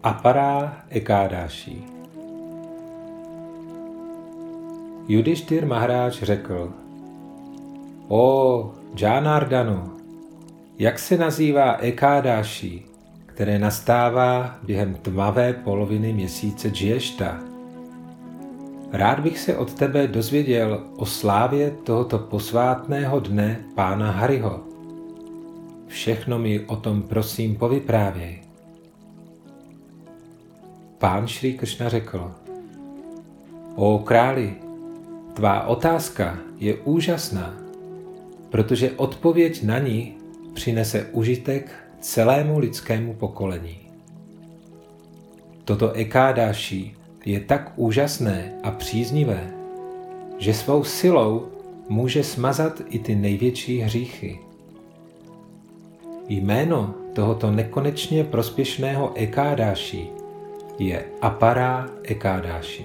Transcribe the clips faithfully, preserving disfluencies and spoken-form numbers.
Apara Ekádáší. Judištyr Maharáč řekl: O Janardhanu, jak se nazývá Ekádáší, které nastává během tmavé poloviny měsíce Džěšta? Rád bych se od tebe dozvěděl o slávě tohoto posvátného dne pána Hariho. Všechno mi o tom prosím povyprávěj. Pán Šrí Kršna řekl: O králi, tvá otázka je úžasná, protože odpověď na ní přinese užitek celému lidskému pokolení. Toto Ekádáší je tak úžasné a příznivé, že svou silou může smazat i ty největší hříchy. Jméno tohoto nekonečně prospěšného Ekádáší je Apara Ekádáší.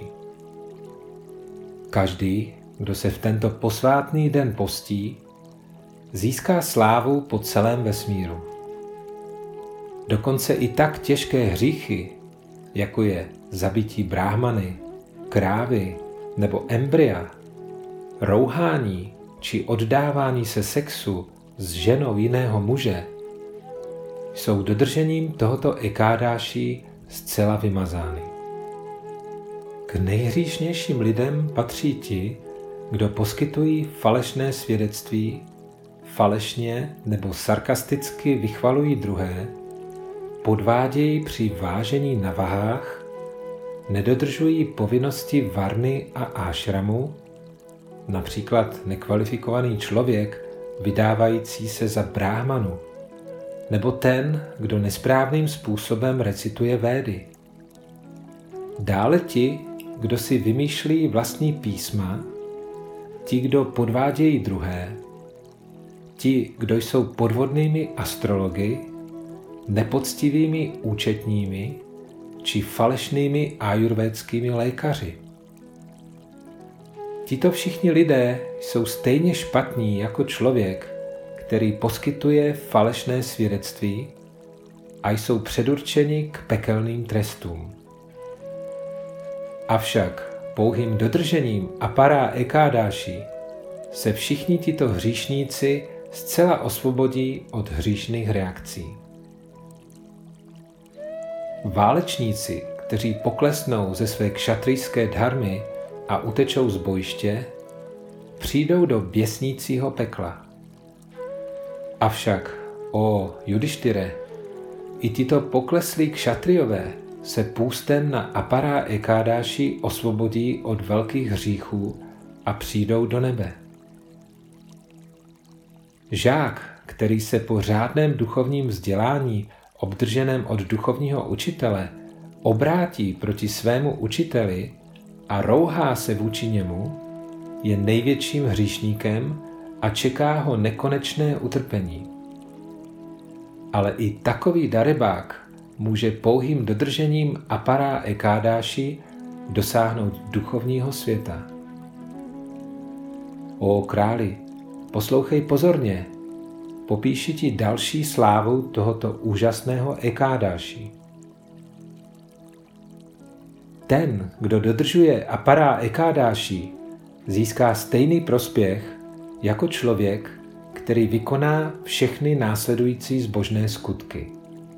Každý, kdo se v tento posvátný den postí, získá slávu po celém vesmíru. Dokonce i tak těžké hříchy, jako je zabití bráhmany, krávy nebo embrya, rouhání či oddávání se sexu s ženou jiného muže, jsou dodržením tohoto Ekádáší zcela vymazány. K nejhříšnějším lidem patří ti, kdo poskytují falešné svědectví, falešně nebo sarkasticky vychvalují druhé, podvádějí při vážení na vahách, nedodržují povinnosti varny a ášramu, například nekvalifikovaný člověk vydávající se za bráhmanu, nebo ten, kdo nesprávným způsobem recituje védy. Dále ti, kdo si vymýšlí vlastní písma, ti, kdo podvádějí druhé, ti, kdo jsou podvodnými astrology, nepoctivými účetními či falešnými ajurvédskými lékaři. Tito všichni lidé jsou stejně špatní jako člověk, který poskytuje falešné svědectví, a jsou předurčeni k pekelným trestům. Avšak pouhým dodržením Apara Ekádáší se všichni tito hříšníci zcela osvobodí od hříšných reakcí. Válečníci, kteří poklesnou ze své kšatrijské dharmy a utečou z bojiště, přijdou do běsnícího pekla. Avšak, o Judištyre, i tito pokleslí kšatrijové se půstem na Apara Ekádáší osvobodí od velkých hříchů a přijdou do nebe. Žák, který se po řádném duchovním vzdělání obdrženém od duchovního učitele obrátí proti svému učiteli a rouhá se vůči němu, je největším hříšníkem a čeká ho nekonečné utrpení. Ale i takový darebák může pouhým dodržením Apara Ekádáší dosáhnout duchovního světa. O králi, poslouchej pozorně, popíši ti další slávu tohoto úžasného Ekádáší. Ten, kdo dodržuje Apara Ekádáší, získá stejný prospěch jako člověk, který vykoná všechny následující zbožné skutky.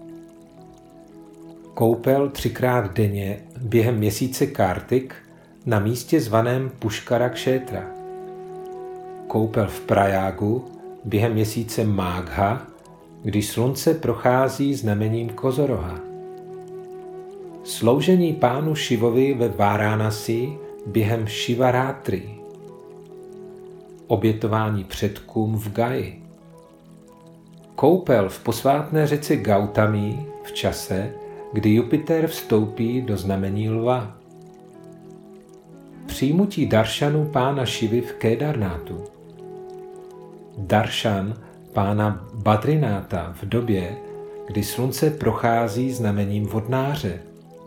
Koupel třikrát denně během měsíce Kartik na místě zvaném Puškara Kšétra. Koupel v Prajágu během měsíce Mágha, když slunce prochází znamením Kozoroha. Sloužení pánu Šivovi ve Váránasi během Šivarátry. Obětování předkům v Gaji. Koupel v posvátné řece Gautami v čase, kdy Jupiter vstoupí do znamení lva. Přijmutí daršanu pána Šivy v Kédarnátu. Daršan pána Badrináta v době, kdy slunce prochází znamením vodnáře.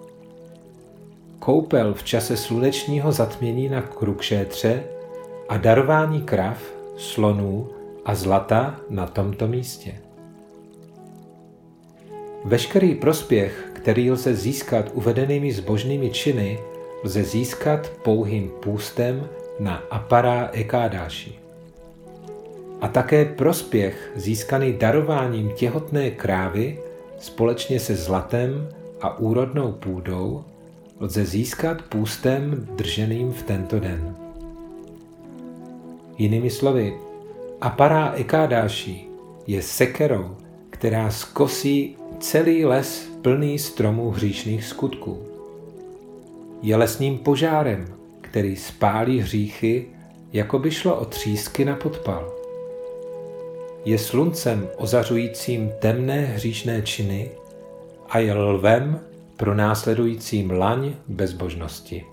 Koupel v čase slunečního zatmění na Kurukšétře a darování krav, slonů a zlata na tomto místě. Veškerý prospěch, který lze získat uvedenými zbožnými činy, lze získat pouhým půstem na apara ekádáši. A také prospěch získaný darováním těhotné krávy společně se zlatem a úrodnou půdou lze získat půstem drženým v tento den. Jinými slovy, apara ekádáši je sekerou, která skosí celý les plný stromů hříšných skutků. Je lesním požárem, který spálí hříchy, jako by šlo o třísky na podpal. Je sluncem ozařujícím temné hříšné činy a je lvem pronásledujícím laň bezbožnosti.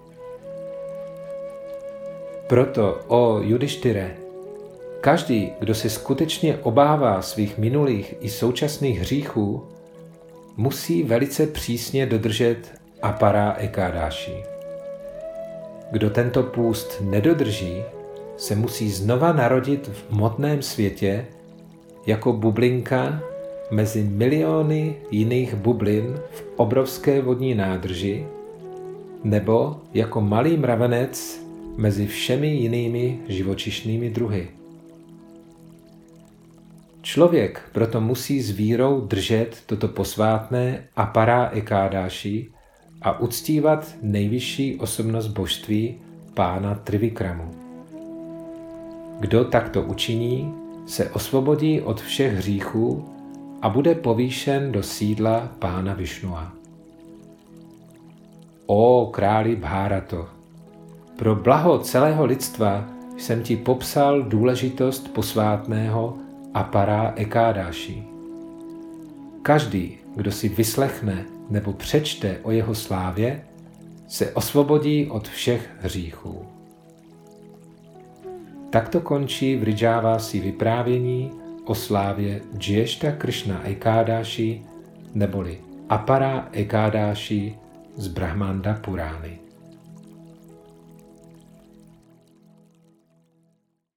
Proto, o Judištyre, každý, kdo se skutečně obává svých minulých i současných hříchů, musí velice přísně dodržet apara ekádáši. Kdo tento půst nedodrží, se musí znova narodit v hmotném světě jako bublinka mezi miliony jiných bublin v obrovské vodní nádrži nebo jako malý mravenec mezi všemi jinými živočišnými druhy. Člověk proto musí s vírou držet toto posvátné apara ekádáši a uctívat nejvyšší osobnost božství pána Trivikramu. Kdo takto učiní, se osvobodí od všech hříchů a bude povýšen do sídla pána Višnua. Ó králi Bhárato, pro blaho celého lidstva jsem ti popsal důležitost posvátného apara ekádáši. Každý, kdo si vyslechne nebo přečte o jeho slávě, se osvobodí od všech hříchů. Takto končí Vrijávasi vyprávění o slávě Džěšta Kršna Ekádáši neboli apara ekádáši z Brahmanda Purány.